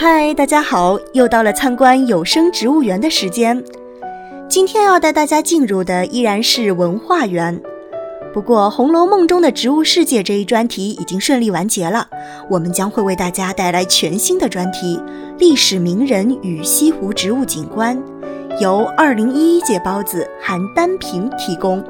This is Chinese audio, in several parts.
嗨，大家好，又到了参观有声植物园的时间。今天要带大家进入的依然是文化园。不过《红楼梦》中的植物世界这一专题已经顺利完结了，我们将会为大家带来全新的专题——历史名人与西湖植物景观，由2011届包子韩丹平提供。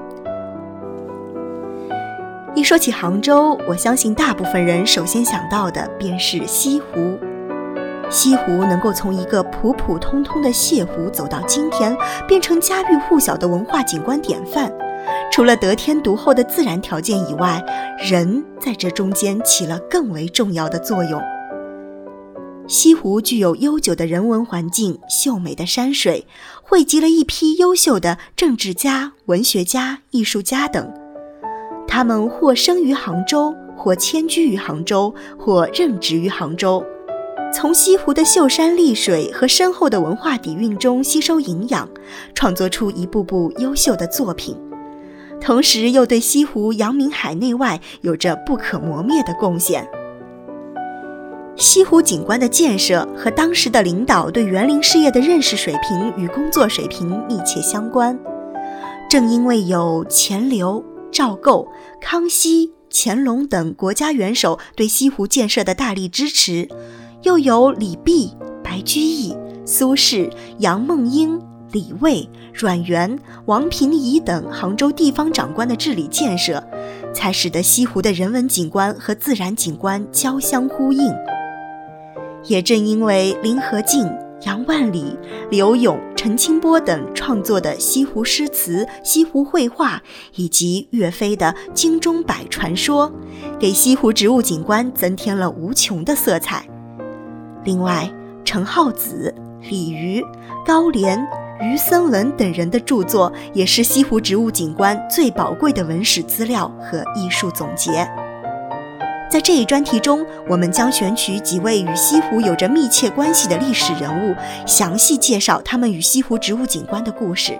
一说起杭州，我相信大部分人首先想到的便是西湖。西湖能够从一个普普通通的泻湖走到今天，变成家喻户晓的文化景观典范，除了得天独厚的自然条件以外，人在这中间起了更为重要的作用。西湖具有悠久的人文环境、秀美的山水，汇集了一批优秀的政治家、文学家、艺术家等。他们或生于杭州，或迁居于杭州，或任职于杭州，从西湖的秀山丽水和深厚的文化底蕴中吸收营养，创作出一部部优秀的作品，同时又对西湖扬名海内外有着不可磨灭的贡献。西湖景观的建设和当时的领导对园林事业的认识水平与工作水平密切相关。正因为有钱刘、赵构、康熙、乾隆等国家元首对西湖建设的大力支持，又有李泌、白居易、苏轼、杨梦英、李卫、阮元、王平仪等杭州地方长官的治理建设，才使得西湖的人文景观和自然景观交相呼应。也正因为林和靖、杨万里、柳永、陈清波等创作的西湖诗词、西湖绘画，以及岳飞的精忠百传说，给西湖植物景观增添了无穷的色彩。另外，陈浩子、李渔、高廉、余森文等人的著作也是西湖植物景观最宝贵的文史资料和艺术总结。在这一专题中，我们将选取几位与西湖有着密切关系的历史人物，详细介绍他们与西湖植物景观的故事。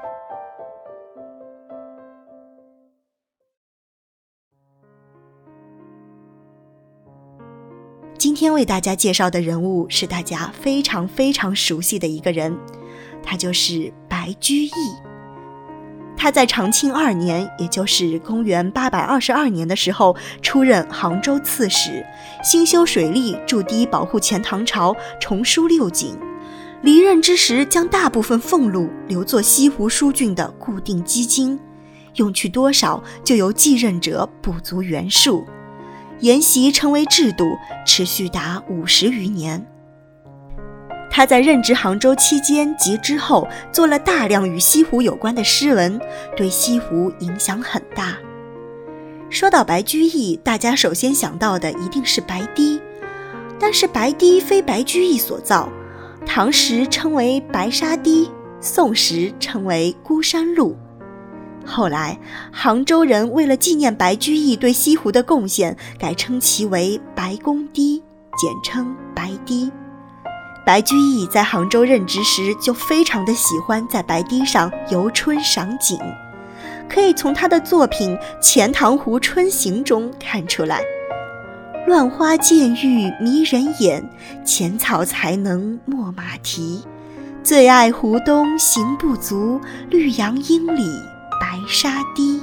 今天为大家介绍的人物是大家非常熟悉的一个人，他就是白居易。他在长庆2年，也就是公元822年的时候，出任杭州刺史，兴修水利，筑堤保护前唐朝，重梳六景。离任之时，将大部分俸禄留作西湖疏浚的固定基金，用去多少就由继任者补足原数。沿袭成为制度，持续达50余年。他在任职杭州期间及之后，做了大量与西湖有关的诗文，对西湖影响很大。说到白居易，大家首先想到的一定是白堤，但是白堤非白居易所造，唐时称为白沙堤，宋时称为孤山路。后来杭州人为了纪念白居易对西湖的贡献，改称其为白公堤，简称白堤。白居易在杭州任职时就非常的喜欢在白堤上游春赏景，可以从他的作品《钱塘湖春行》中看出来。乱花渐欲迷人眼，浅草才能没马蹄。最爱湖东行不足，绿杨阴里白沙堤。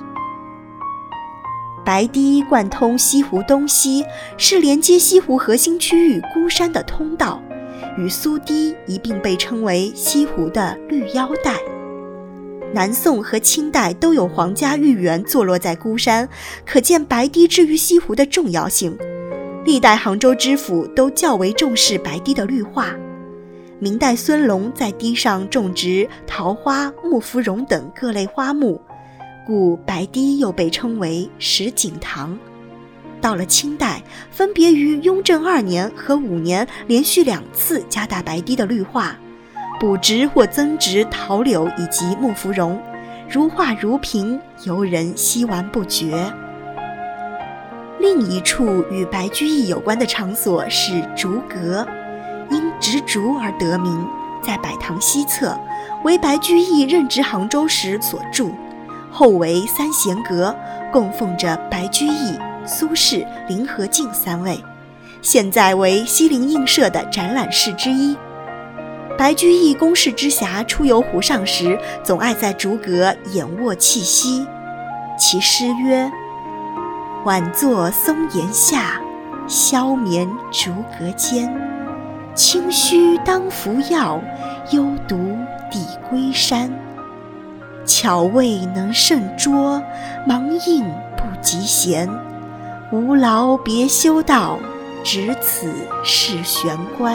白堤贯通西湖东西，是连接西湖核心区域孤山的通道，与苏堤一并被称为西湖的绿腰带。南宋和清代都有皇家御园坐落在孤山，可见白堤之于西湖的重要性。历代杭州知府都较为重视白堤的绿化。明代孙龙在堤上种植桃花、木芙蓉等各类花木，故白堤又被称为石景堂。到了清代，分别于雍正2年和5年连续2次加大白堤的绿化，补植或增植桃柳以及木芙蓉，如画如屏，游人惜玩不绝。另一处与白居易有关的场所是竹阁，因植竹而得名，在百塘西侧，为白居易任职杭州时所筑，后为3弦阁，供奉着白居易、苏轼、林和靖3位。 现在为西泠印社的展览室之一。白居易宫室之暇出游湖上时，总爱在竹阁掩卧憩息。其诗曰：晚坐松岩下，宵眠竹阁间。清虚当服药，幽独抵归山。巧未能胜拙，忙应不及闲。无劳别修道，只此是玄关。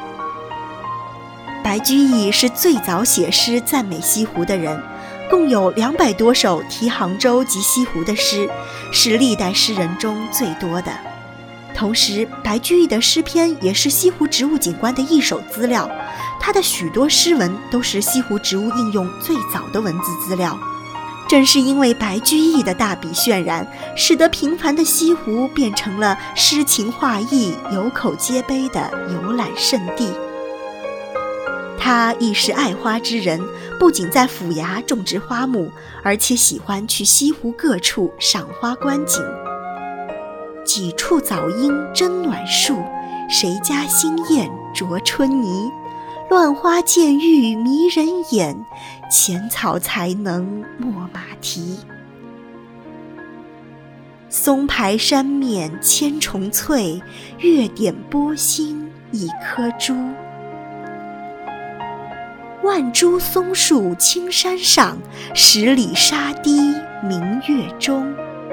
白居易是最早写诗赞美西湖的人，共有200多首题杭州及西湖的诗，是历代诗人中最多的。同时，白居易的诗篇也是西湖植物景观的一手资料，他的许多诗文都是西湖植物应用最早的文字资料。正是因为白居易的大笔渲染，使得平凡的西湖变成了诗情画意、有口皆碑的游览胜地。他亦是爱花之人，不仅在府衙种植花木，而且喜欢去西湖各处赏花观景。几处早莺争暖树，谁家新燕啄春泥。乱花渐欲迷人眼，浅草才能没马蹄。松排山面千重翠，月点波心一颗珠。万株松树青山上，10里沙堤明月中。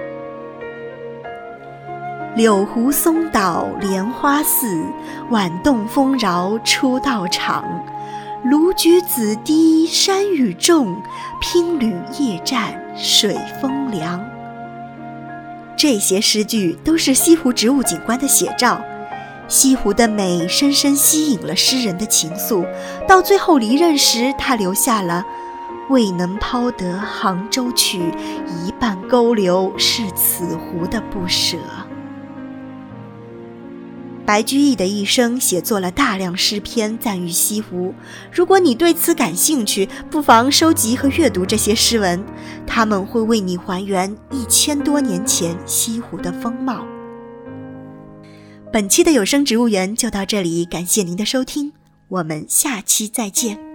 柳湖松岛莲花寺，晚洞丰饶出道场。卢橘子低山雨重，拼旅夜战水风凉。这些诗句都是西湖植物景观的写照。西湖的美深深吸引了诗人的情愫，到最后离任时，他留下了未能抛得杭州去，一半勾留是此湖的不舍。白居易的一生写作了大量诗篇赞誉西湖，如果你对此感兴趣，不妨收集和阅读这些诗文，他们会为你还原1000多年前西湖的风貌。本期的有声植物园就到这里，感谢您的收听，我们下期再见。